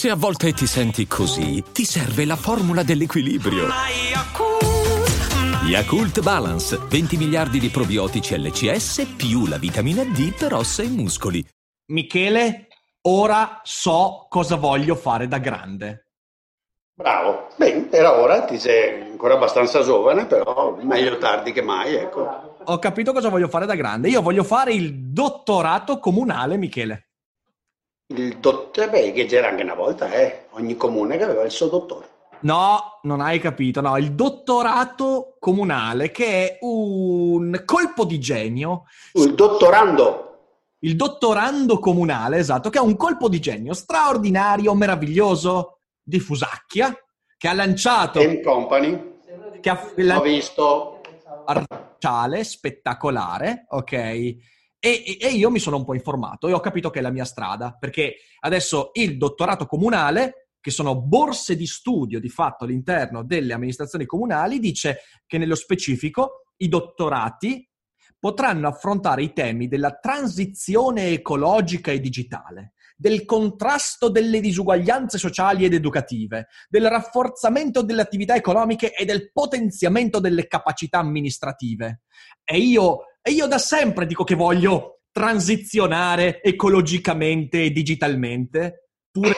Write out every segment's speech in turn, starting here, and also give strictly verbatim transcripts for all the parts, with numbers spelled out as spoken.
Se a volte ti senti così, ti serve la formula dell'equilibrio. Yakult Balance, venti miliardi di probiotici L C S più la vitamina D per ossa e muscoli. Michele, ora so cosa voglio fare da grande. Bravo, bene, era ora, ti sei ancora abbastanza giovane, però meglio tardi che mai, ecco. Ho capito cosa voglio fare da grande. Io voglio fare il dottorato comunale, Michele. Il dottore, beh, che c'era anche una volta, eh, ogni comune che aveva il suo dottore. No, non hai capito, no, il dottorato comunale, che è un colpo di genio. Il dottorando. Il dottorando comunale, esatto, che è un colpo di genio straordinario, meraviglioso, di Fusacchia, che ha lanciato... And Company. Che ha L'ho visto. Arciale, spettacolare, ok? E, e io mi sono un po' informato e ho capito che è la mia strada, perché adesso il dottorato comunale, che sono borse di studio di fatto all'interno delle amministrazioni comunali, dice che nello specifico i dottorati potranno affrontare i temi della transizione ecologica e digitale, del contrasto delle disuguaglianze sociali ed educative, del rafforzamento delle attività economiche e del potenziamento delle capacità amministrative. E io, e io da sempre dico che voglio transizionare ecologicamente e digitalmente, pure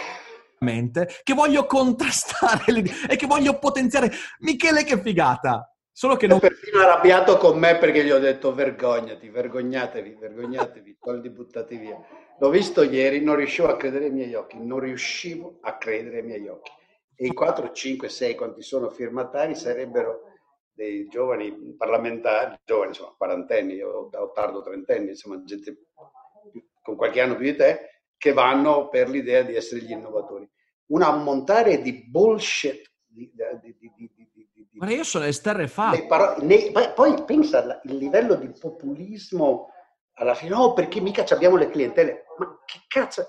che voglio contrastare le, e che voglio potenziare. Michele, che figata! Solo che non... È perfino arrabbiato con me perché gli ho detto vergognati, vergognatevi, vergognatevi, soldi buttati via. L'ho visto ieri, non riuscivo a credere ai miei occhi, non riuscivo a credere ai miei occhi. E i quattro, cinque, sei, quanti sono firmatari sarebbero dei giovani parlamentari, giovani, insomma, quarantenni o, o tardo trentenni, insomma, gente con qualche anno più di te, che vanno per l'idea di essere gli innovatori. Un ammontare di bullshit, di, di, di, di, di Ma io sono esterrefatto. Paro- nei, poi pensa al livello di populismo alla fine, no, perché mica abbiamo le clientele, ma che cazzo,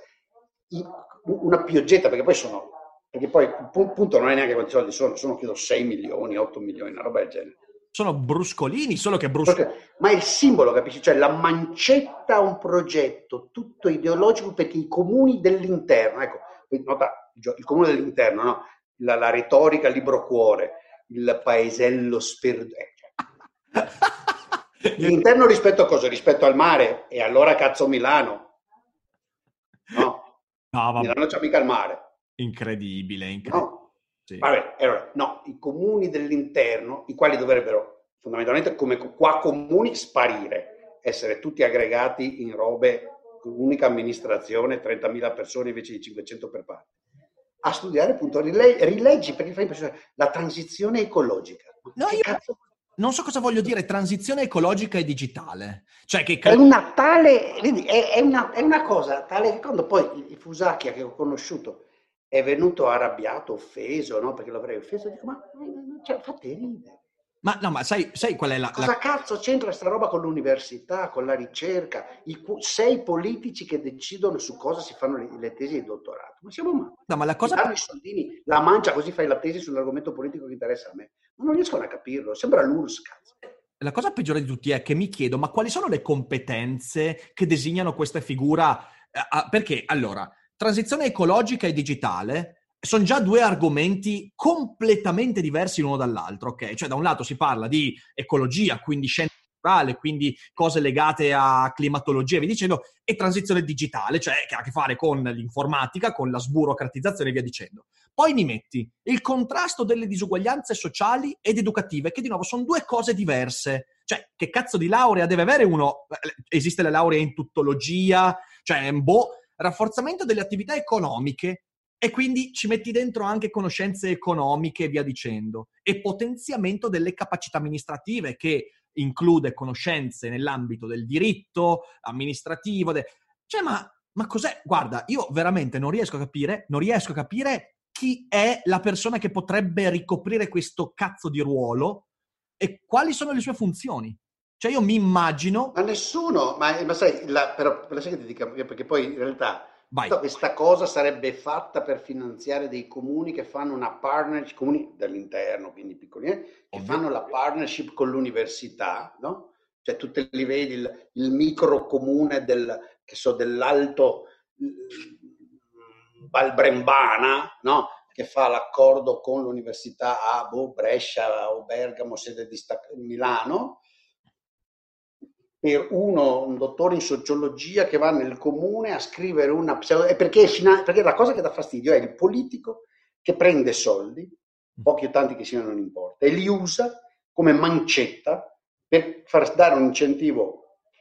una pioggetta, perché poi sono, perché poi il punto non è neanche quanti soldi sono, sono credo sei milioni, otto milioni, una roba del genere. Sono bruscolini, solo che bruscolini. Ma è il simbolo, capisci? Cioè la mancetta a un progetto tutto ideologico, perché i comuni dell'interno, ecco, nota, il comune dell'interno, no? La, la retorica libro cuore, il paesello sperduto. L'interno rispetto a cosa? Rispetto al mare. E allora cazzo Milano. No, no vabbè. Milano c'ha mica il mare. Incredibile, incredibile. No. Sì. Vabbè, allora, no, i comuni dell'interno, i quali dovrebbero fondamentalmente come qua comuni sparire, essere tutti aggregati in robe, unica amministrazione, trentamila persone invece di cinquecento per parte. A studiare appunto, rile- rileggi perché fai impressione la transizione ecologica. No, io cazzo? non so cosa voglio dire transizione ecologica e digitale. Cioè che è una tale, vedi, è, è, una, è una cosa tale che quando poi il Fusacchia che ho conosciuto è venuto arrabbiato, offeso, no? Perché l'avrei offeso, dico, ma cioè, fate ridere. Ma no, ma sai, sai qual è la... Cosa la... cazzo c'entra sta roba con l'università, con la ricerca? I sei politici che decidono su cosa si fanno le, le tesi di dottorato. Ma siamo male. No, ma la cosa... Ti danno i soldini, la mancia così fai la tesi sull'argomento politico che interessa a me. Ma non riescono a capirlo, sembra l'U R S S, cazzo. La cosa peggiore di tutti è che mi chiedo, ma quali sono le competenze che designano questa figura? Eh, perché, allora, transizione ecologica e digitale sono già due argomenti completamente diversi l'uno dall'altro, ok? Cioè, da un lato si parla di ecologia, quindi scienza naturale, quindi cose legate a climatologia, vi dicendo, e transizione digitale, cioè che ha a che fare con l'informatica, con la sburocratizzazione e via dicendo. Poi mi metti il contrasto delle disuguaglianze sociali ed educative, che di nuovo sono due cose diverse. Cioè, che cazzo di laurea deve avere uno? Esiste la laurea in tuttologia, cioè, boh, rafforzamento delle attività economiche, e quindi ci metti dentro anche conoscenze economiche e via dicendo, e potenziamento delle capacità amministrative, che include conoscenze nell'ambito del diritto amministrativo. De... Cioè, ma, ma cos'è? Guarda, io veramente non riesco a capire, non riesco a capire chi è la persona che potrebbe ricoprire questo cazzo di ruolo e quali sono le sue funzioni. Cioè, io mi immagino... Ma nessuno, ma, ma sai, la, però, però sai che ti dica, perché poi in realtà... Vai. Questa cosa sarebbe fatta per finanziare dei comuni che fanno una partnership, comuni dall'interno, quindi piccoli, eh, che Ovvio. fanno la partnership con l'università, no? Cioè tu te li vedi il, il micro comune del, che so, dell'alto, balbrembana, no? Che fa l'accordo con l'università a boh, Brescia o Bergamo, sede di Stac- Milano, per uno, un dottore in sociologia che va nel comune a scrivere una pseudo... Perché, perché la cosa che dà fastidio è il politico che prende soldi, pochi o tanti che siano non importa, e li usa come mancetta per far dare un incentivo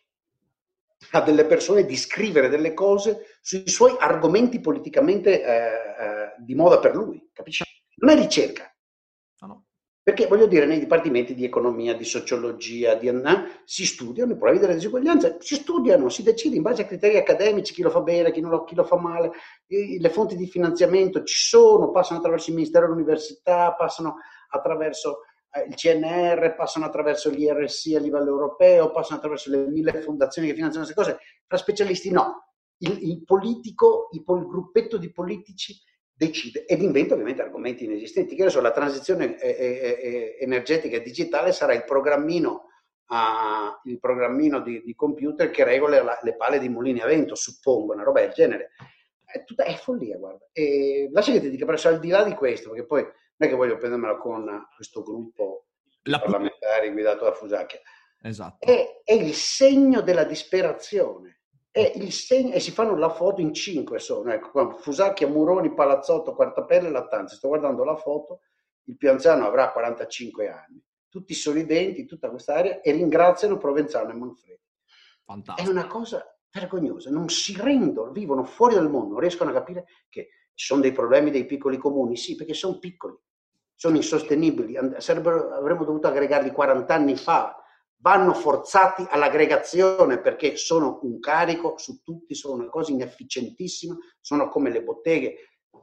a delle persone di scrivere delle cose sui suoi argomenti politicamente eh, eh, di moda per lui, capisci? Non è ricerca. No, no. Perché voglio dire, nei dipartimenti di economia, di sociologia, di, eh, si studiano i problemi delle disuguaglianze, si studiano, si decide in base a criteri accademici chi lo fa bene, chi, non lo, chi lo fa male, e le fonti di finanziamento ci sono, passano attraverso il Ministero dell'Università, passano attraverso eh, il C N R, passano attraverso l'I R S I a livello europeo, passano attraverso le mille fondazioni che finanziano queste cose. Fra specialisti no. Il, il politico, il, il gruppetto di politici decide ed inventa ovviamente argomenti inesistenti. Che adesso la transizione eh, eh, energetica e digitale sarà il programmino, uh, il programmino di, di computer che regola la, le pale di mulini a vento, suppongo, una roba del genere. È, tutta, è follia, guarda. E lascia che ti dica, però al di là di questo, perché poi non è che voglio prendermela con questo gruppo di La... parlamentari guidato da Fusacchia. Esatto. È, è il segno della disperazione. È il segno, e si fanno la foto in cinque sono, ecco qua, Fusacchia, Muroni, Palazzotto, Quartapelle, Lattanzi. Sto guardando la foto, il più anziano avrà quarantacinque anni, tutti sorridenti, tutta quest'area, e ringraziano Provenzano e Manfredi. Fantastico. È una cosa vergognosa, non si rendono, vivono fuori dal mondo, non riescono a capire che ci sono dei problemi dei piccoli comuni, sì, perché sono piccoli, sono insostenibili, avremmo dovuto aggregarli quaranta anni fa, vanno forzati all'aggregazione perché sono un carico su tutti, sono una cosa inefficientissima, sono come le botteghe,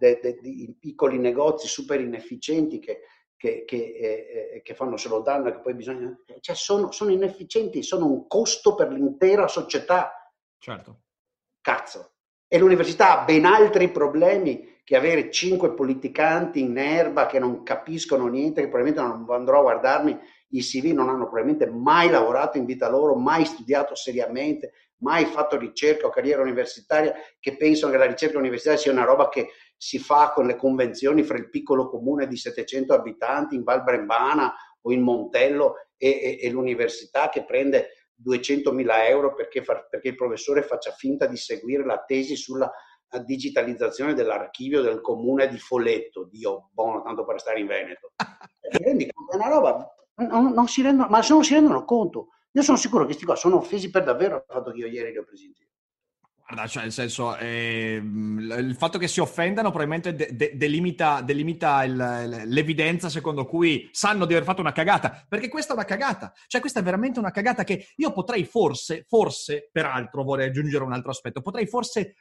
i piccoli negozi super inefficienti che, che, che, eh, che fanno solo danno e che poi bisogna... Cioè sono, sono inefficienti, sono un costo per l'intera società. Certo. Cazzo. E l'università ha ben altri problemi che avere cinque politicanti in erba che non capiscono niente, che probabilmente non andrò a guardarmi i C V, non hanno probabilmente mai lavorato in vita loro, mai studiato seriamente, mai fatto ricerca o carriera universitaria, che pensano che la ricerca universitaria sia una roba che si fa con le convenzioni fra il piccolo comune di settecento abitanti in Val Brembana o in Montello e, e, e l'università che prende duecentomila euro perché, far, perché il professore faccia finta di seguire la tesi sulla digitalizzazione dell'archivio del comune di Foletto. Dio buono, tanto per stare in Veneto. Ti rendi conto? È una roba, non, non si rendono, ma se non si rendono conto, io sono sicuro che questi qua sono offesi per davvero al fatto che io ieri li ho presi in giro. Guarda, cioè, nel senso, eh, il fatto che si offendano probabilmente de- de- delimita, delimita il, l'evidenza secondo cui sanno di aver fatto una cagata, perché questa è una cagata, cioè questa è veramente una cagata che io potrei forse, forse, peraltro vorrei aggiungere un altro aspetto, potrei forse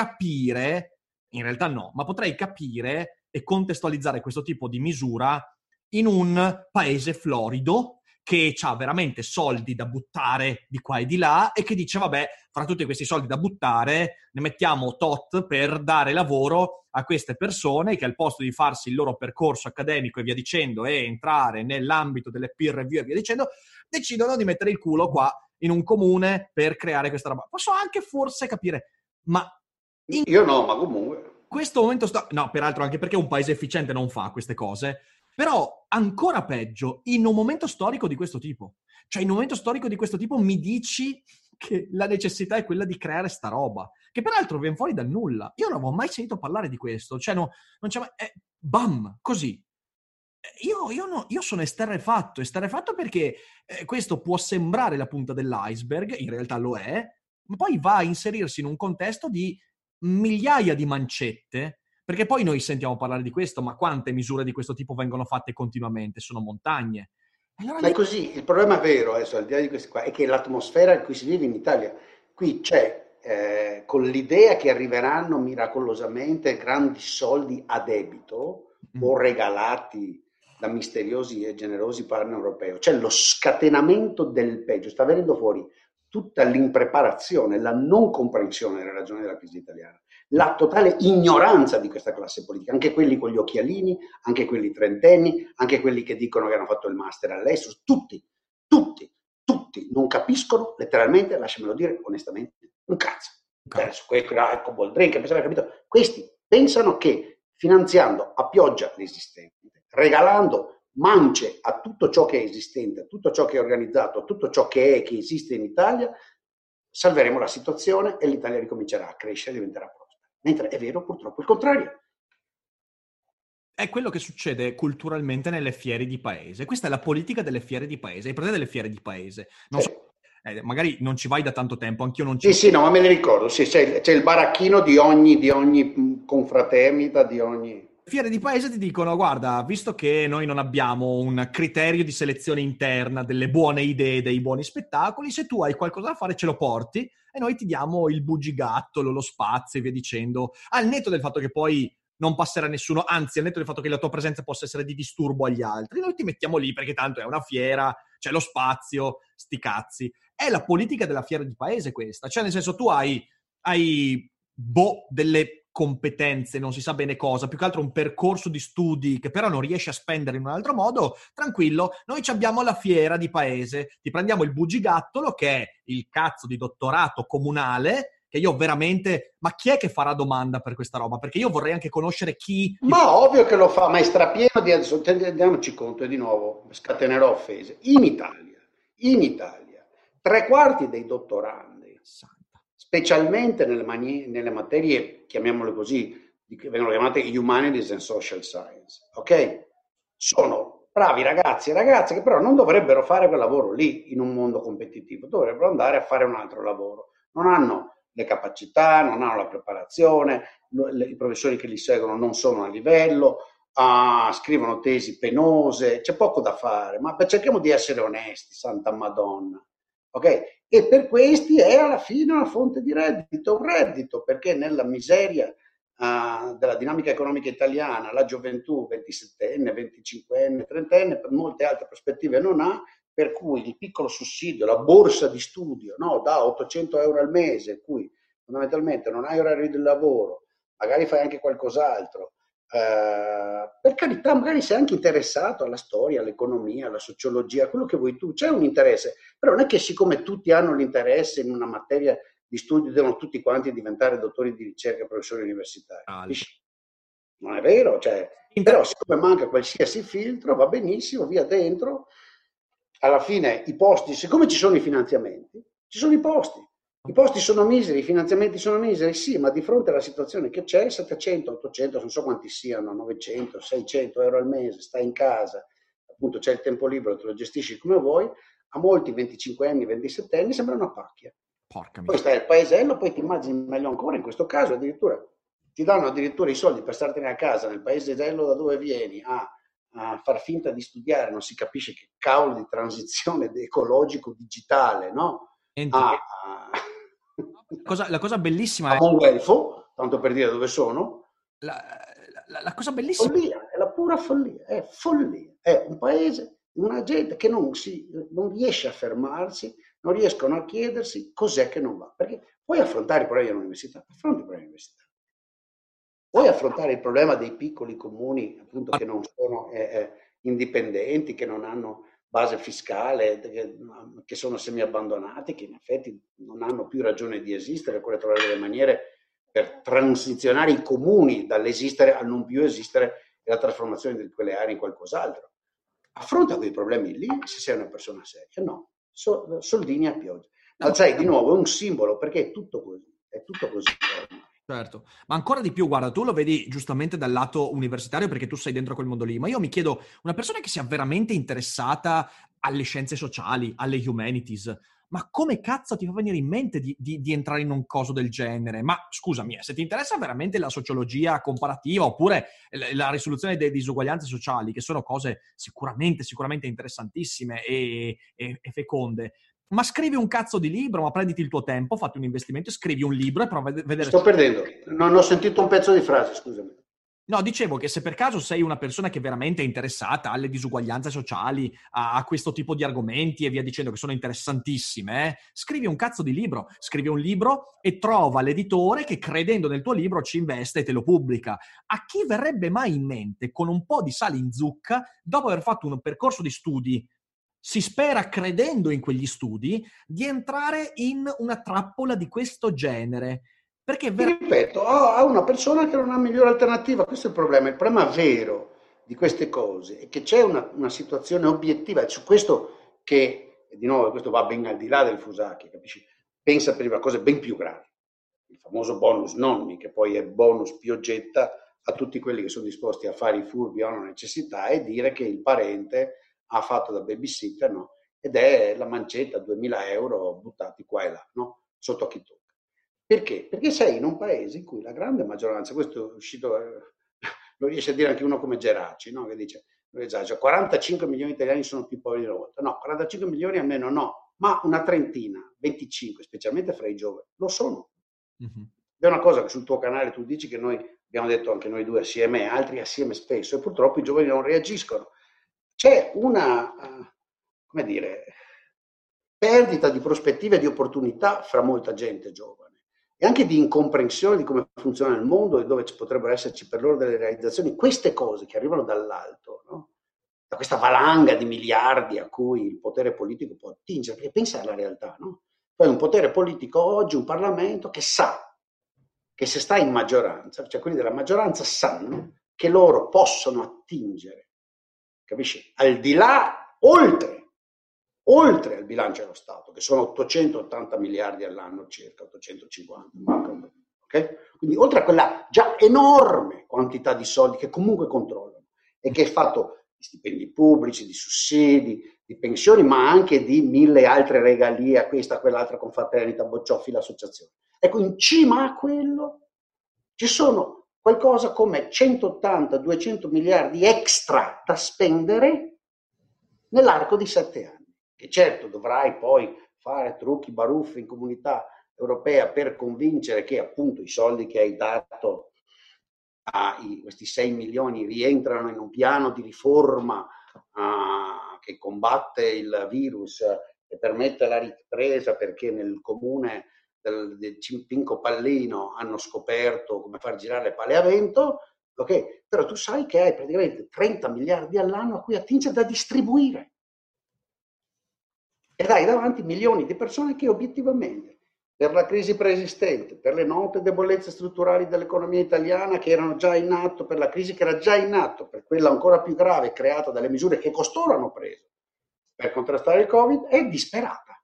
capire, in realtà no, ma potrei capire e contestualizzare questo tipo di misura in un paese florido, che ha veramente soldi da buttare di qua e di là e che dice vabbè, fra tutti questi soldi da buttare ne mettiamo tot per dare lavoro a queste persone che al posto di farsi il loro percorso accademico e via dicendo e entrare nell'ambito delle peer review e via dicendo, decidono di mettere il culo qua in un comune per creare questa roba. Posso anche forse capire, ma in io no, ma comunque questo momento sto... no, peraltro anche perché un paese efficiente non fa queste cose. Però, ancora peggio, in un momento storico di questo tipo. Cioè, in un momento storico di questo tipo mi dici che la necessità è quella di creare sta roba. Che peraltro viene fuori dal nulla. Io non avevo mai sentito parlare di questo. Cioè, no, non c'è mai... Eh, bam! Così. Io, io, no, io sono esterrefatto. Esterrefatto perché eh, questo può sembrare la punta dell'iceberg, in realtà lo è, ma poi va a inserirsi in un contesto di migliaia di mancette. Perché poi noi sentiamo parlare di questo, ma quante misure di questo tipo vengono fatte continuamente? Sono montagne. Allora, ma è così, il problema vero, adesso, al di là di questi qua, è che l'atmosfera in cui si vive in Italia, qui c'è, eh, con l'idea che arriveranno miracolosamente grandi soldi a debito mm. o regalati da misteriosi e generosi partner europei, c'è lo scatenamento del peggio, sta venendo fuori tutta l'impreparazione, la non comprensione delle ragioni della crisi italiana, la totale ignoranza di questa classe politica, anche quelli con gli occhialini, anche quelli trentenni, anche quelli che dicono che hanno fatto il master all'estero, tutti, tutti, tutti non capiscono letteralmente, lasciamelo dire onestamente, un cazzo. Adesso, questo, ecco, Boldrin, che pensava capito, questi Pensano che finanziando a pioggia l'esistente, regalando mance a tutto ciò che è esistente, a tutto ciò che è organizzato, a tutto ciò che è, che esiste in Italia, salveremo la situazione e l'Italia ricomincerà a crescere e diventerà prospera. Mentre è vero purtroppo il contrario. È quello che succede culturalmente nelle fiere di paese. Questa è la politica delle fiere di paese. Hai presente delle fiere di paese? Non Sì. so, eh, magari non ci vai da tanto tempo, anch'io non ci Sì, vado. sì, no, ma me ne ricordo, sì, c'è, c'è il baracchino di ogni, di ogni confraternita, di ogni... Fiere di paese ti dicono, guarda, visto che noi non abbiamo un criterio di selezione interna delle buone idee, dei buoni spettacoli, se tu hai qualcosa da fare ce lo porti e noi ti diamo il bugigattolo, lo spazio e via dicendo. Al netto del fatto che poi non passerà nessuno, anzi al netto del fatto che la tua presenza possa essere di disturbo agli altri, noi ti mettiamo lì perché tanto è una fiera, c'è lo spazio, sti cazzi. È la politica della fiera di paese questa, cioè nel senso tu hai, hai boh, delle competenze, non si sa bene cosa, più che altro un percorso di studi che però non riesci a spendere in un altro modo, tranquillo, noi ci abbiamo la fiera di paese, ti prendiamo il bugigattolo che è il cazzo di dottorato comunale, che io veramente, ma chi è che farà domanda per questa roba? Perché io vorrei anche conoscere chi... Ma ovvio che lo fa, ma è strapieno di adesso, rendiamoci conto, e di nuovo scatenerò offese. In Italia, in Italia, tre quarti dei dottorandi, specialmente nelle, manie, nelle materie, chiamiamole così, che vengono chiamate Humanities and Social Science, ok? Sono bravi ragazzi e ragazze che però non dovrebbero fare quel lavoro lì in un mondo competitivo, dovrebbero andare a fare un altro lavoro. Non hanno le capacità, non hanno la preparazione, i professori che li seguono non sono a livello, uh, scrivono tesi penose, c'è poco da fare, ma cerchiamo di essere onesti, santa Madonna. Okay? E per questi è alla fine una fonte di reddito, un reddito, perché nella miseria uh, della dinamica economica italiana la gioventù ventisettenne, venticinquenne, trentenne, per molte altre prospettive non ha, per cui il piccolo sussidio, la borsa di studio, no, da ottocento euro al mese, cui fondamentalmente non hai orario di lavoro, magari fai anche qualcos'altro, eh, per carità, magari sei anche interessato alla storia, all'economia, alla sociologia, quello che vuoi tu, c'è un interesse, però non è che siccome tutti hanno l'interesse in una materia di studio devono tutti quanti diventare dottori di ricerca e professori universitari. Non è vero, cioè, però siccome manca qualsiasi filtro, va benissimo, via dentro. Alla fine i posti, siccome ci sono i finanziamenti, ci sono i posti. I posti sono miseri, i finanziamenti sono miseri, sì, ma di fronte alla situazione che c'è, settecento, ottocento, non so quanti siano, novecento, seicento euro al mese, stai in casa, appunto c'è il tempo libero, te lo gestisci come vuoi, a molti venticinquenni, ventisettenni sembra una pacchia. Porca mia. Poi stai al paesello, poi ti immagini meglio ancora, in questo caso addirittura ti danno addirittura i soldi per startene a casa, nel paesello da dove vieni, a a far finta di studiare, non si capisce che cavolo di transizione ecologico-digitale, no? Ah, ah, la, cosa, la cosa bellissima a è... Monguelfo, tanto per dire dove sono. La, la, la cosa bellissima... Follia, è la pura follia, è follia. È un paese, una gente che non, si, non riesce a fermarsi, non riescono a chiedersi cos'è che non va. Perché puoi affrontare i problemi dell'università, affronti i problemi dell'università. Puoi affrontare il problema dei piccoli comuni, appunto, che non sono eh, eh, indipendenti, che non hanno base fiscale, che, che sono semi-abbandonati, che in effetti non hanno più ragione di esistere, occorre trovare delle maniere per transizionare i comuni dall'esistere al non più esistere e la trasformazione di quelle aree in qualcos'altro. Affronta quei problemi lì se sei una persona seria. No, so, soldini a pioggia. Ma sai, di nuovo, è un simbolo, perché è tutto così, è tutto così. Certo, ma ancora di più, guarda, tu lo vedi giustamente dal lato universitario perché tu sei dentro quel mondo lì, ma io mi chiedo, una persona che sia veramente interessata alle scienze sociali, alle humanities, ma come cazzo ti fa venire in mente di, di, di entrare in un coso del genere? Ma scusami, se ti interessa veramente la sociologia comparativa oppure la risoluzione delle disuguaglianze sociali, che sono cose sicuramente, sicuramente interessantissime e, e, e feconde, ma scrivi un cazzo di libro, ma prenditi il tuo tempo, fatti un investimento, scrivi un libro e prova a vedere... Sto perdendo, non ho sentito un pezzo di frase, scusami. No, dicevo che se per caso sei una persona che veramente è interessata alle disuguaglianze sociali, a, a questo tipo di argomenti e via dicendo, che sono interessantissime, eh, scrivi un cazzo di libro, scrivi un libro e trova l'editore che credendo nel tuo libro ci investe e te lo pubblica. A chi verrebbe mai in mente, con un po' di sale in zucca, dopo aver fatto un percorso di studi, si spera credendo in quegli studi, di entrare in una trappola di questo genere? Perché Ti ver- ripeto, ha ha una persona che non ha migliore alternativa, questo è il problema. Il problema vero di queste cose è che c'è una, una situazione obiettiva, è su questo che, e di nuovo, questo va ben al di là del Fusaki, capisci? Pensa per a cose ben più gravi. Il famoso bonus nonni, che poi è bonus piogetta a tutti quelli che sono disposti a fare i furbi o una necessità e dire che il parente ha fatto da babysitter, no? Ed è la mancetta, duemila euro buttati qua e là, no? Sotto a chi tocca. Perché? Perché sei in un paese in cui la grande maggioranza, questo è uscito, eh, lo riesce a dire anche uno come Geraci, no? Che dice, cioè, quarantacinque milioni di italiani sono più poveri di una volta. No, quarantacinque milioni almeno no, ma una trentina, venticinque, specialmente fra i giovani, lo sono. Mhm. È una cosa che sul tuo canale tu dici che noi abbiamo detto anche noi due assieme, altri assieme spesso, e purtroppo i giovani non reagiscono. C'è una, uh, come dire, perdita di prospettive e di opportunità fra molta gente giovane e anche di incomprensione di come funziona il mondo e dove ci potrebbero esserci per loro delle realizzazioni. Queste cose che arrivano dall'alto, no? Da questa valanga di miliardi a cui il potere politico può attingere, perché pensa alla realtà, no? Poi un potere politico oggi, un Parlamento che sa che se sta in maggioranza, cioè quelli della maggioranza sanno che loro possono attingere, capisci? Al di là, oltre, oltre al bilancio dello Stato, che sono ottocentottanta miliardi all'anno circa, ottocentocinquanta, ok? Quindi oltre a quella già enorme quantità di soldi che comunque controllano e che è fatto di stipendi pubblici, di sussidi, di pensioni, ma anche di mille altre regalie, a questa, a quell'altra, confraternita, boccioffi, l'associazione. Ecco, in cima a quello ci sono qualcosa come centottanta duecento miliardi extra da spendere nell'arco di sette anni. Che certo dovrai poi fare trucchi, baruffi in comunità europea per convincere che appunto i soldi che hai dato a i, questi sei milioni rientrano in un piano di riforma uh, che combatte il virus e permette la ripresa, perché nel comune del, del Pinco Pallino hanno scoperto come far girare le pale a vento, ok? Però tu sai che hai praticamente trenta miliardi all'anno a cui attingere da distribuire e dai davanti milioni di persone che obiettivamente per la crisi preesistente, per le note debolezze strutturali dell'economia italiana che erano già in atto, per la crisi che era già in atto, per quella ancora più grave creata dalle misure che costoro hanno preso per contrastare il Covid, è disperata.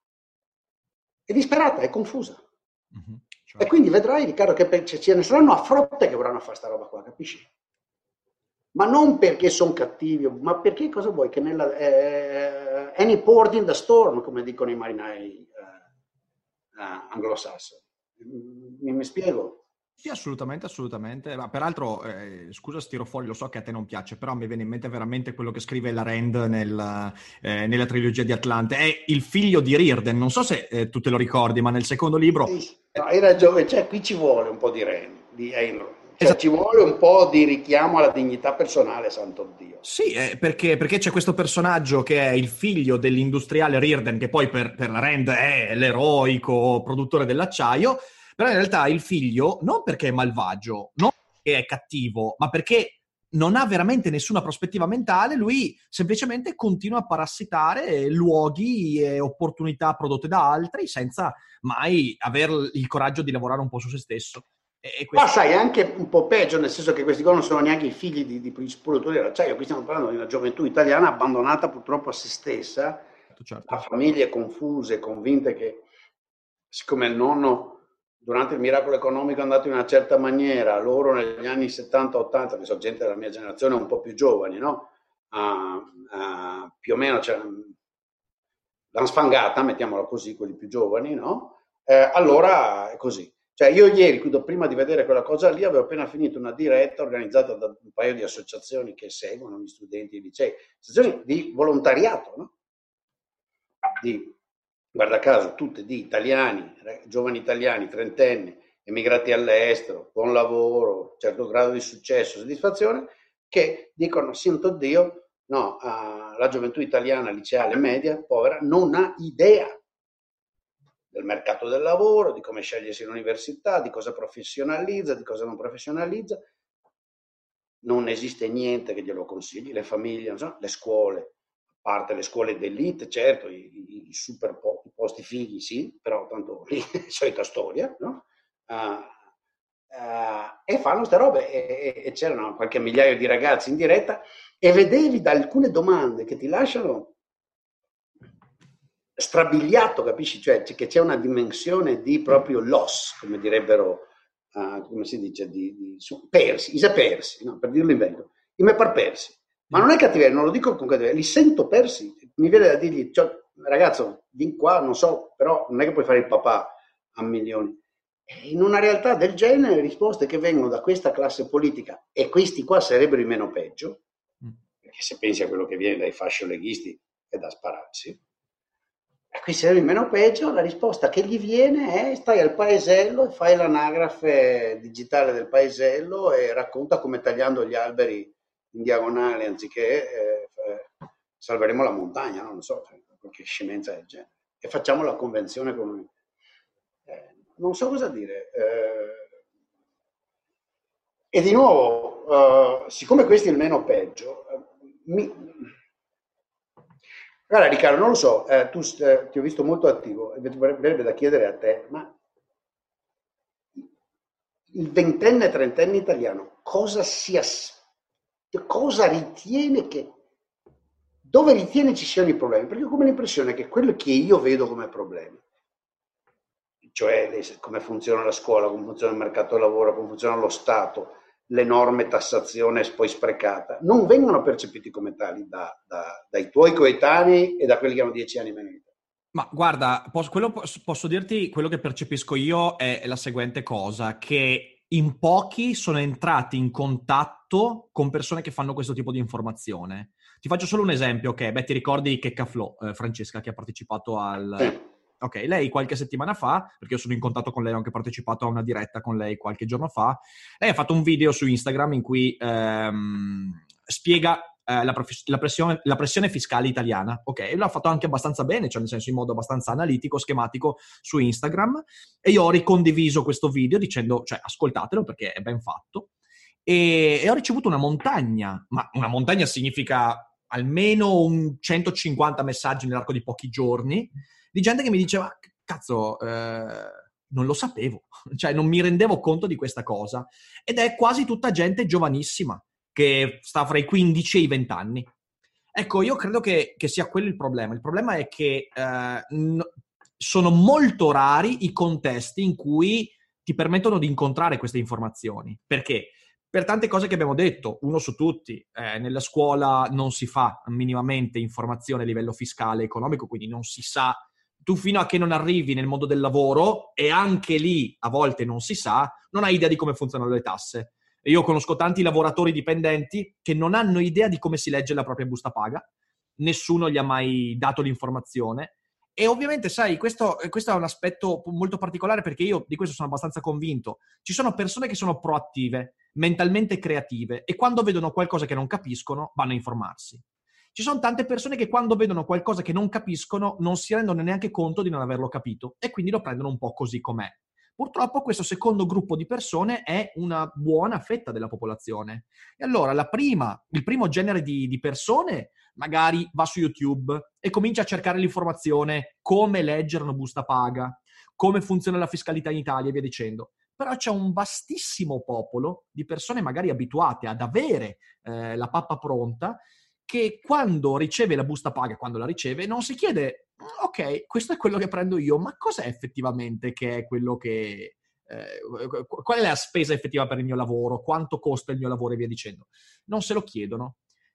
È disperata, è confusa. Mm-hmm, certo. E quindi vedrai, Riccardo, che ce ne saranno a frotte che vorranno fare sta roba qua, capisci? Ma non perché sono cattivi, ma perché cosa vuoi? Che nella eh, any port in the storm, come dicono i marinai eh, eh, anglosassoni. Mi, mi spiego? Sì, assolutamente, assolutamente. Ma peraltro, eh, scusa stiro fuori, lo so che a te non piace, però mi viene in mente veramente quello che scrive la Rand nel, eh, nella trilogia di Atlante. È il figlio di Rearden, non so se eh, tu te lo ricordi, ma nel secondo libro... Sì, no, hai ragione, cioè qui ci vuole un po' di Rand, di Ayn. Cioè ci vuole un po' di richiamo alla dignità personale, santo Dio. Sì, eh, perché, perché c'è questo personaggio che è il figlio dell'industriale Rearden, che poi per, per la Rand è l'eroico produttore dell'acciaio, però in realtà il figlio non perché è malvagio, non perché è cattivo, ma perché non ha veramente nessuna prospettiva mentale, lui semplicemente continua a parassitare luoghi e opportunità prodotte da altri senza mai avere il coraggio di lavorare un po' su se stesso. E questo... Ma sai, è anche un po' peggio, nel senso che questi qua non sono neanche i figli di, di produttori dell'acciaio, qui stiamo parlando di una gioventù italiana abbandonata purtroppo a se stessa, certo. A famiglie confuse, convinte che siccome il nonno durante il miracolo economico è andato in una certa maniera, loro negli anni settanta ottanta, che sono gente della mia generazione un po' più giovani, no? Uh, uh, più o meno l'hanno sfangata, mettiamola così, quelli più giovani, no? Eh, allora è così. Cioè io ieri, prima di vedere quella cosa lì, avevo appena finito una diretta organizzata da un paio di associazioni che seguono gli studenti dei licei, associazioni di volontariato, no? Di, guarda caso, tutte di italiani, giovani italiani, trentenni, emigrati all'estero, con lavoro, certo grado di successo, soddisfazione, che dicono, santo Dio, no, uh, la gioventù italiana, liceale, media, povera, non ha idea del mercato del lavoro, di come scegliersi l'università, di cosa professionalizza, di cosa non professionalizza. Non esiste niente che glielo consigli, le famiglie, so, le scuole, a parte le scuole d'elite, certo, i, i super po- i posti fighi, sì, però tanto lì solita storia, no? Uh, e fanno ste robe, e, e c'erano qualche migliaio di ragazzi in diretta, e vedevi da alcune domande che ti lasciano strabiliato, capisci? Cioè che c'è una dimensione di proprio loss, come direbbero, uh, come si dice, di, di su, persi, isa persi, no? Per dirlo in veneto, i me par persi. Ma non è cattiveria, non lo dico con cattiveria, li sento persi, mi viene da dirgli, cioè, ragazzo, di qua, non so, però non è che puoi fare il papà a milioni. E in una realtà del genere, risposte che vengono da questa classe politica, e questi qua sarebbero i meno peggio, perché se pensi a quello che viene dai fascioleghisti è da spararsi, e qui sarebbero i meno peggio, la risposta che gli viene è: stai al paesello e fai l'anagrafe digitale del paesello e racconta come tagliando gli alberi in diagonale anziché eh, salveremo la montagna, no? Non so, qualche scemenza del genere, e facciamo la convenzione con eh, non so cosa dire, eh, e di nuovo, uh, siccome questo è il meno peggio, uh, mi... guarda Riccardo, non lo so, eh, tu eh, ti ho visto molto attivo, e verrebbe da chiedere a te, ma il ventenne, trentenne italiano cosa si as... cosa ritiene che, dove ritiene ci siano i problemi? Perché ho come l'impressione che quello che io vedo come problemi, cioè le, come funziona la scuola, come funziona il mercato del lavoro, come funziona lo Stato, l'enorme tassazione poi sprecata, non vengono percepiti come tali da, da, dai tuoi coetanei e da quelli che hanno dieci anni meno di te. Ma guarda, posso, quello, posso dirti quello che percepisco io è la seguente cosa, che in pochi sono entrati in contatto con persone che fanno questo tipo di informazione. Ti faccio solo un esempio, che beh, ti ricordi Checca Flow, eh, Francesca, che ha partecipato al... Sì. Ok, lei qualche settimana fa, perché io sono in contatto con lei, ho anche partecipato a una diretta con lei qualche giorno fa, lei ha fatto un video su Instagram in cui ehm, spiega eh, la, prof- la, pressione, la pressione fiscale italiana, ok? L'ha fatto anche abbastanza bene, cioè nel senso in modo abbastanza analitico, schematico su Instagram, e io ho ricondiviso questo video dicendo, cioè ascoltatelo perché è ben fatto, e, e ho ricevuto una montagna, ma una montagna significa almeno un centocinquanta messaggi nell'arco di pochi giorni, di gente che mi diceva, cazzo, eh, non lo sapevo, cioè non mi rendevo conto di questa cosa, ed è quasi tutta gente giovanissima, che sta fra i quindici e i venti anni. Ecco, io credo che, che sia quello il problema. Il problema è che eh, n- sono molto rari i contesti in cui ti permettono di incontrare queste informazioni. Perché? Per tante cose che abbiamo detto, uno su tutti, eh, nella scuola non si fa minimamente informazione a livello fiscale e economico, quindi non si sa. Tu fino a che non arrivi nel mondo del lavoro, e anche lì a volte non si sa, non hai idea di come funzionano le tasse. E io conosco tanti lavoratori dipendenti che non hanno idea di come si legge la propria busta paga, nessuno gli ha mai dato l'informazione, e ovviamente sai, questo, questo è un aspetto molto particolare, perché io di questo sono abbastanza convinto. Ci sono persone che sono proattive, mentalmente creative, e quando vedono qualcosa che non capiscono vanno a informarsi. Ci sono tante persone che quando vedono qualcosa che non capiscono non si rendono neanche conto di non averlo capito e quindi lo prendono un po' così com'è. Purtroppo questo secondo gruppo di persone è una buona fetta della popolazione. E allora la prima, il primo genere di, di persone magari va su YouTube e comincia a cercare l'informazione, come leggere una busta paga, come funziona la fiscalità in Italia e via dicendo. Però c'è un vastissimo popolo di persone magari abituate ad avere eh, la pappa pronta, che quando riceve la busta paga, quando la riceve, non si chiede, ok, questo è quello che prendo io, ma cos'è effettivamente che è quello che... Eh, qual è la spesa effettiva per il mio lavoro, quanto costa il mio lavoro e via dicendo. Non se lo chiedono.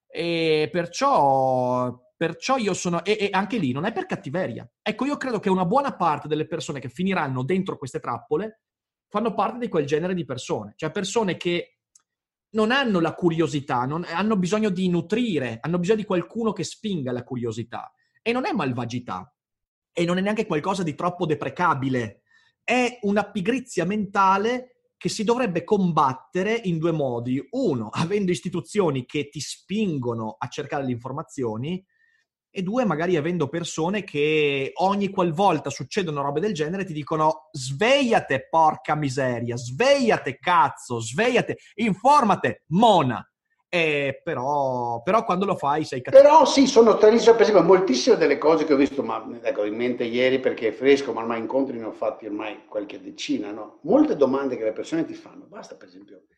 E perciò, perciò io sono... E, e anche lì non è per cattiveria. Ecco, io credo che una buona parte delle persone che finiranno dentro queste trappole fanno parte di quel genere di persone. Cioè persone che non hanno la curiosità, non, hanno bisogno di nutrire, hanno bisogno di qualcuno che spinga la curiosità. E non è malvagità, e non è neanche qualcosa di troppo deprecabile. È una pigrizia mentale che si dovrebbe combattere in due modi. Uno, avendo istituzioni che ti spingono a cercare le informazioni, e due, magari avendo persone che ogni qualvolta succedono robe del genere ti dicono svegliate porca miseria, svegliate cazzo, svegliate, informate, mona. E però, però quando lo fai sei cattivo. Però sì, sono tantissime, per esempio, moltissime delle cose che ho visto, ma ecco, in mente ieri perché è fresco, ma ormai incontri ne ho fatti ormai qualche decina, no? Molte domande che le persone ti fanno, basta per esempio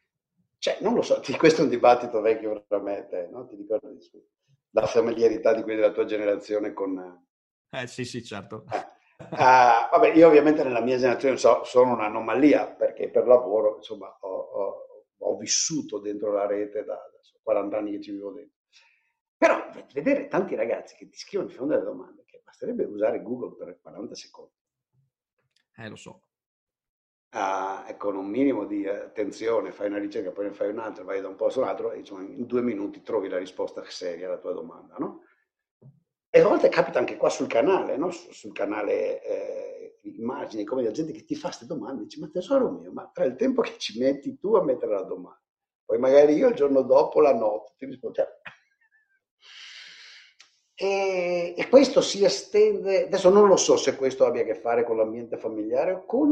Cioè, non lo so, questo è un dibattito vecchio fra me e te, no? Ti ricordi la familiarità di quelli della tua generazione con... Eh sì, sì, certo. Eh. Uh, vabbè, io ovviamente nella mia generazione so, sono un'anomalia, perché per lavoro, insomma, ho, ho, ho vissuto dentro la rete da, da quaranta anni che ci vivo dentro. Però vedere tanti ragazzi che ti scrivono, ti fanno delle domande, che basterebbe usare Google per quaranta secondi. Eh, lo so. Uh, con un minimo di attenzione, fai una ricerca, poi ne fai un'altra, vai da un posto all'altro e insomma, in due minuti trovi la risposta seria alla tua domanda, no? E a volte capita anche qua sul canale, no? Sul canale eh, immagini, come la gente che ti fa queste domande, dici, ma tesoro mio, ma tra il tempo che ci metti tu a mettere la domanda, poi magari io il giorno dopo, la notte, ti rispondo. E, e questo si estende, adesso non lo so se questo abbia a che fare con l'ambiente familiare o con...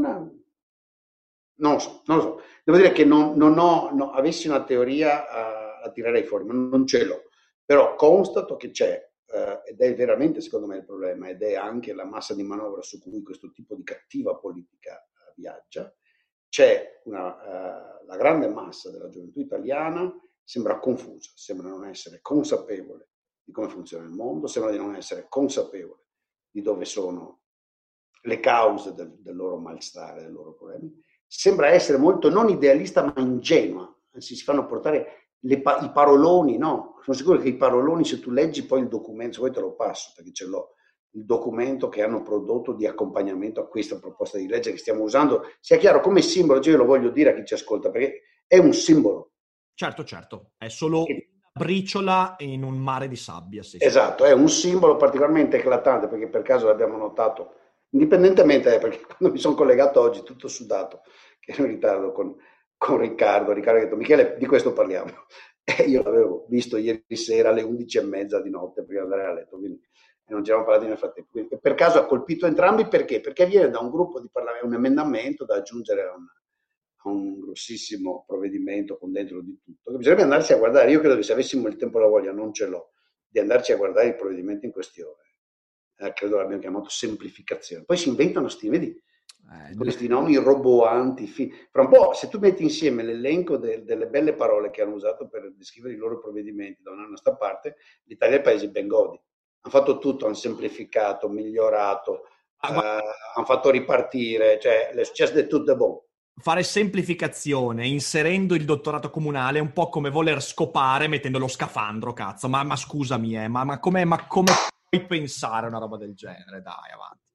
Non lo so, non lo so. Devo dire che non, non ho, no, avessi una teoria a, a tirare fuori, ma non ce l'ho. Però constato che c'è, eh, ed è veramente secondo me il problema, ed è anche la massa di manovra su cui questo tipo di cattiva politica eh, viaggia. C'è una, eh, la grande massa della gioventù italiana sembra confusa, sembra non essere consapevole di come funziona il mondo, sembra di non essere consapevole di dove sono le cause del, del loro malstare, dei loro problemi. Sembra essere molto non idealista ma ingenua, anzi si fanno portare le pa- i paroloni, no? Sono sicuro che i paroloni, se tu leggi poi il documento, se vuoi te lo passo perché ce l'ho, il documento che hanno prodotto di accompagnamento a questa proposta di legge che stiamo usando, sia chiaro come simbolo, io lo voglio dire a chi ci ascolta, perché è un simbolo. Certo, certo, è solo una briciola in un mare di sabbia. Sì, esatto, sì. È un simbolo particolarmente eclatante, perché per caso l'abbiamo notato, indipendentemente, perché quando mi sono collegato oggi, tutto sudato, che ero in ritardo con, con Riccardo, Riccardo ha detto, Michele, di questo parliamo. E io l'avevo visto ieri sera alle undici e mezza di notte prima di andare a letto, quindi e non ci eravamo parlati nel frattempo. Quindi, per caso ha colpito entrambi, perché? Perché viene da un gruppo di parlamento, un emendamento da aggiungere a un, a un grossissimo provvedimento con dentro di tutto, che bisognerebbe andarsi a guardare. Io credo che se avessimo il tempo e la voglia, non ce l'ho, di andarci a guardare il provvedimento in questione. Eh, credo l'abbiamo chiamato semplificazione. Poi si inventano sti, vedi, eh, questi nomi roboanti. Fi- Fra un po', se tu metti insieme l'elenco de- delle belle parole che hanno usato per descrivere i loro provvedimenti da un anno a sta parte, l'Italia è il paese ben godi. Hanno fatto tutto, hanno semplificato, migliorato, eh, hanno fatto ripartire, cioè le successo di tutto è buono. Fare semplificazione inserendo il dottorato comunale è un po' come voler scopare mettendo lo scafandro, cazzo. Ma, ma scusami, eh, ma, ma come ma come puoi pensare a una roba del genere? Dai, avanti.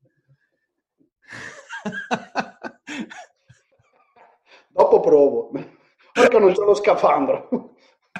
Dopo provo. Perché non c'ho lo scafandro.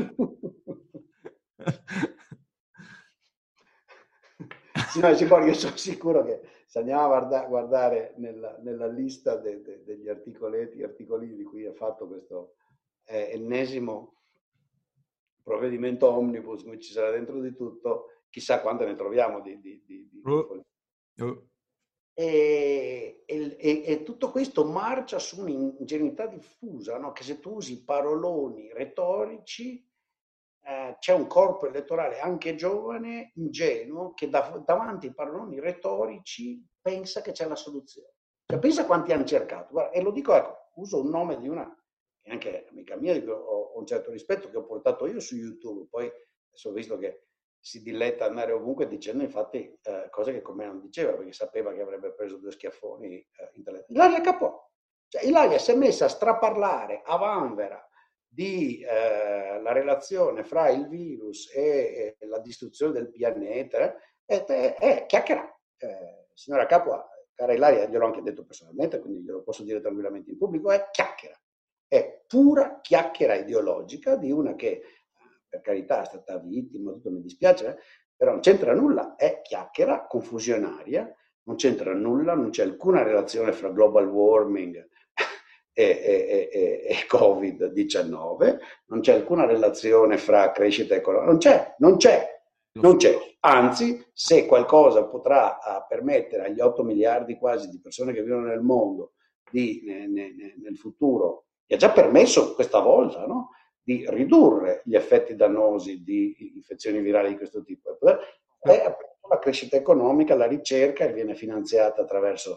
Sì, no, io sono sicuro che se andiamo a guarda- guardare nella, nella lista de- de- degli articoletti, articolini di cui è fatto questo eh, ennesimo provvedimento omnibus, in cui ci sarà dentro di tutto, chissà quante ne troviamo di, di, di, di, di uh, uh. E, e, e tutto questo marcia su un'ingenuità diffusa, no? Che se tu usi paroloni retorici eh, c'è un corpo elettorale anche giovane, ingenuo, che da, davanti ai paroloni retorici pensa che c'è la soluzione. Cioè, pensa quanti hanno cercato. Guarda, e lo dico, ecco, uso un nome di una che anche amica mia, di cui ho, ho un certo rispetto, che ho portato io su YouTube, poi adesso ho visto che si diletta ad andare ovunque dicendo infatti eh, cose che con me non diceva, perché sapeva che avrebbe preso due schiaffoni eh, intellettuali. Ilaria Capò, cioè Ilaria si è messa a straparlare a vanvera di eh, la relazione fra il virus e, e la distruzione del pianeta, e eh, eh, chiacchiera. Eh, signora Capua, cara Ilaria, gliel'ho anche detto personalmente, quindi glielo posso dire tranquillamente in pubblico, è chiacchiera. È pura chiacchiera ideologica di una che, per carità, è stata vittima, tutto mi dispiace, eh, però non c'entra nulla, è chiacchiera confusionaria, non c'entra nulla, non c'è alcuna relazione fra global warming e, e, e, e covid diciannove, non c'è alcuna relazione fra crescita economica, non c'è, non c'è, non c'è. Anzi, se qualcosa potrà uh, permettere agli otto miliardi quasi di persone che vivono nel mondo di, ne, ne, nel futuro, che ha già permesso questa volta, no? Di ridurre gli effetti dannosi di infezioni virali di questo tipo, è appunto la crescita economica, la ricerca, che viene finanziata attraverso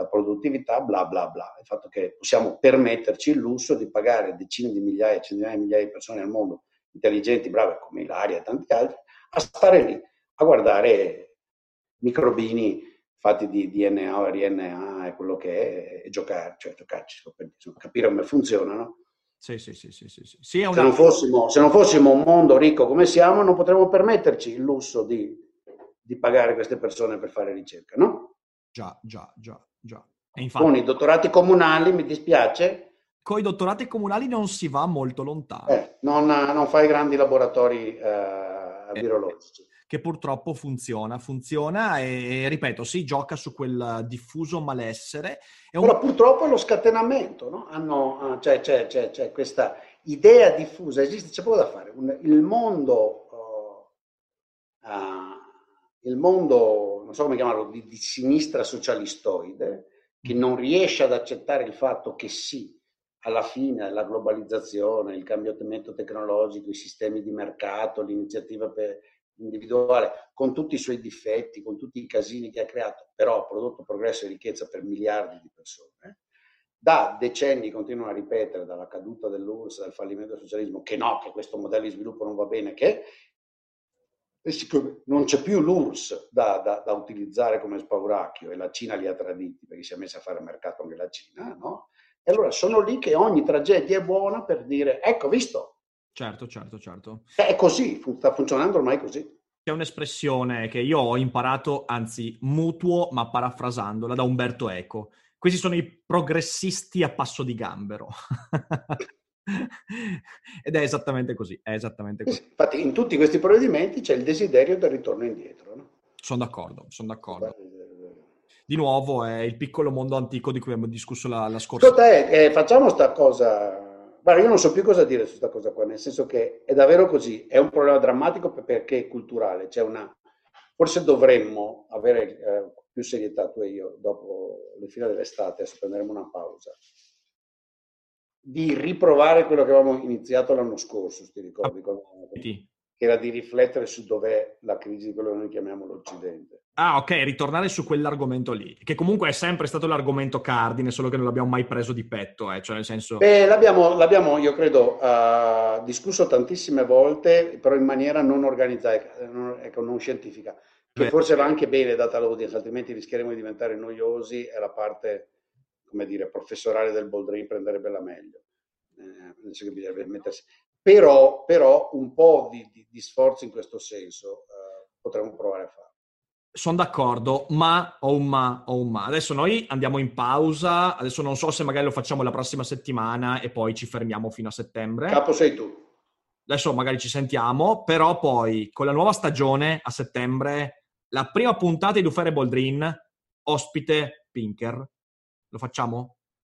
la produttività, bla bla bla. Il fatto che possiamo permetterci il lusso di pagare decine di migliaia, centinaia di migliaia di persone al mondo, intelligenti, brave come Ilaria e tanti altri, a stare lì, a guardare microbini fatti di D N A o R N A e quello che è, e giocare, cioè giocarci, insomma, capire come funzionano. Sì, sì, sì, sì, sì, sì. Sì, è una... se, non fossimo, se non fossimo un mondo ricco come siamo, non potremmo permetterci il lusso di, di pagare queste persone per fare ricerca, no? Già, già, già, già. E infatti, con i dottorati comunali, mi dispiace, con i dottorati comunali non si va molto lontano. eh, non, non fai grandi laboratori eh, virologici. Che purtroppo funziona, funziona e, ripeto, si gioca su quel diffuso malessere. È un... Però purtroppo è lo scatenamento, no? Hanno, cioè, c'è, c'è, c'è questa idea diffusa, esiste, c'è poco da fare. Un, il mondo, uh, uh, il mondo, non so come chiamarlo, di, di sinistra socialistoide, che non riesce ad accettare il fatto che sì, alla fine la globalizzazione, il cambiamento tecnologico, i sistemi di mercato, l'iniziativa per individuale, con tutti i suoi difetti, con tutti i casini che ha creato, però ha prodotto progresso e ricchezza per miliardi di persone. Da decenni continuano a ripetere, dalla caduta dell'U R S S, dal fallimento del socialismo, che no, che questo modello di sviluppo non va bene, che e siccome non c'è più l'U R S S da, da, da utilizzare come spauracchio e la Cina li ha traditi perché si è messa a fare mercato anche la Cina, no? E allora sono lì che ogni tragedia è buona per dire, ecco, visto? Certo, certo, certo. È così, sta funzionando ormai così. C'è un'espressione che io ho imparato, anzi mutuo, ma parafrasandola, da Umberto Eco. Questi sono i progressisti a passo di gambero. Ed è esattamente così, è esattamente così. Infatti in tutti questi provvedimenti c'è il desiderio del ritorno indietro, no? Sono d'accordo, sono d'accordo. Di nuovo è il piccolo mondo antico di cui abbiamo discusso la, la scorsa. Ascolta, eh, eh, facciamo sta cosa. Guarda, io non so più cosa dire su questa cosa qua, nel senso che è davvero così, è un problema drammatico perché è culturale, c'è una... Forse dovremmo avere eh, più serietà, tu e io, dopo le fine dell'estate, adesso prenderemo una pausa, di riprovare quello che avevamo iniziato l'anno scorso, ti ricordi? Sì. Che era di riflettere su dov'è la crisi di quello che noi chiamiamo l'Occidente. Ah, ok, ritornare su quell'argomento lì, che comunque è sempre stato l'argomento cardine, solo che non l'abbiamo mai preso di petto, eh, cioè nel senso... Beh, l'abbiamo, l'abbiamo io credo, uh, discusso tantissime volte, però in maniera non organizzata, non, ecco, non scientifica, che Beh. forse va anche bene data l'audience, altrimenti rischieremo di diventare noiosi e la parte, come dire, professorale del Boldrin prenderebbe la meglio. Eh, che bisognerebbe mettersi. Però, però un po' di, di, di sforzo in questo senso uh, potremmo provare a fare. Sono d'accordo, ma ho un ma, ho un ma. Adesso noi andiamo in pausa, adesso non so se magari lo facciamo la prossima settimana e poi ci fermiamo fino a settembre. Capo sei tu. Adesso magari ci sentiamo, però poi con la nuova stagione a settembre, la prima puntata di Dufere Boldrin, ospite Pinker. Lo facciamo?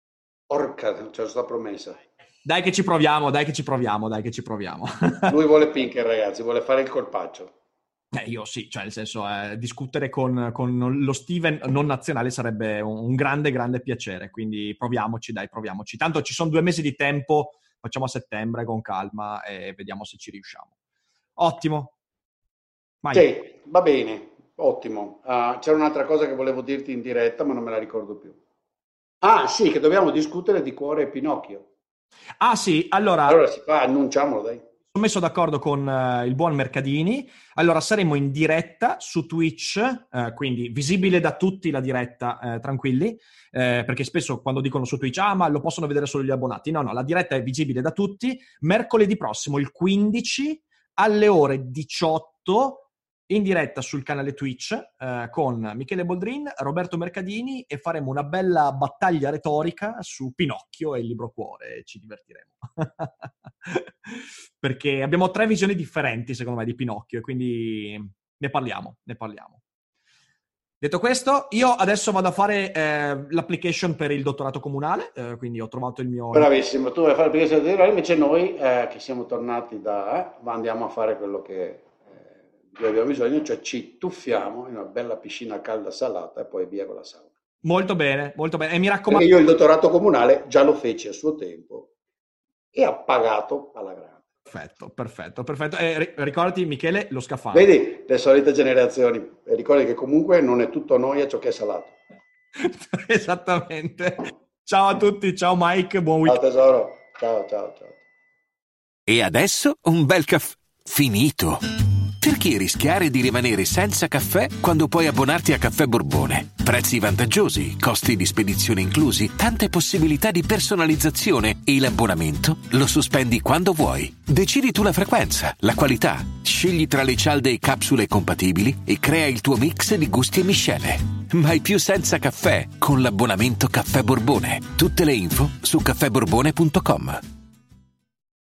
Porca, c'è sta promessa. Dai che ci proviamo, dai che ci proviamo, dai che ci proviamo. Lui vuole Pinker, ragazzi, vuole fare il colpaccio. Eh, io sì, cioè nel senso eh, discutere con, con lo Steven non nazionale sarebbe un, un grande, grande piacere, quindi proviamoci, dai, proviamoci. Tanto ci sono due mesi di tempo, facciamo a settembre con calma e vediamo se ci riusciamo. Ottimo. Vai. Sì, va bene, ottimo. Uh, c'era un'altra cosa che volevo dirti in diretta, ma non me la ricordo più. Ah, sì, che dobbiamo discutere di Cuore e Pinocchio. Ah sì, allora... Allora si fa, annunciamolo, dai. Sono messo d'accordo con uh, il buon Mercadini, allora saremo in diretta su Twitch, uh, quindi visibile da tutti la diretta, uh, tranquilli, uh, perché spesso quando dicono su Twitch, ah ma lo possono vedere solo gli abbonati, no no, la diretta è visibile da tutti, mercoledì prossimo, il quindici, alle ore diciotto, in diretta sul canale Twitch, uh, con Michele Boldrin, Roberto Mercadini, e faremo una bella battaglia retorica su Pinocchio e il libro Cuore, e ci divertiremo. Perché abbiamo tre visioni differenti, secondo me, di Pinocchio, e quindi ne parliamo, ne parliamo. Detto questo, io adesso vado a fare eh, l'application per il dottorato comunale, eh, quindi ho trovato il mio... Bravissimo, tu vai a fare l'application del dottorato, invece noi, eh, che siamo tornati da... Eh, andiamo a fare quello che eh, di cui abbiamo bisogno, cioè ci tuffiamo in una bella piscina calda salata e poi via con la sauna. Molto bene, molto bene. E mi raccomando... Perché io il dottorato comunale già lo feci a suo tempo e ha pagato alla grande. Perfetto, perfetto, perfetto. E ricordati, Michele, lo scafandro. Vedi, le solite generazioni. E ricordi che comunque non è tutto noia ciò che è salato. Esattamente. Ciao a tutti, ciao Mike, buon weekend. Ciao tesoro, ciao ciao ciao. E adesso un bel caffè finito. Perché rischiare di rimanere senza caffè quando puoi abbonarti a Caffè Borbone? Prezzi vantaggiosi, costi di spedizione inclusi, tante possibilità di personalizzazione e l'abbonamento lo sospendi quando vuoi. Decidi tu la frequenza, la qualità, scegli tra le cialde e capsule compatibili e crea il tuo mix di gusti e miscele. Mai più senza caffè con l'abbonamento Caffè Borbone. Tutte le info su caffè borbone punto com.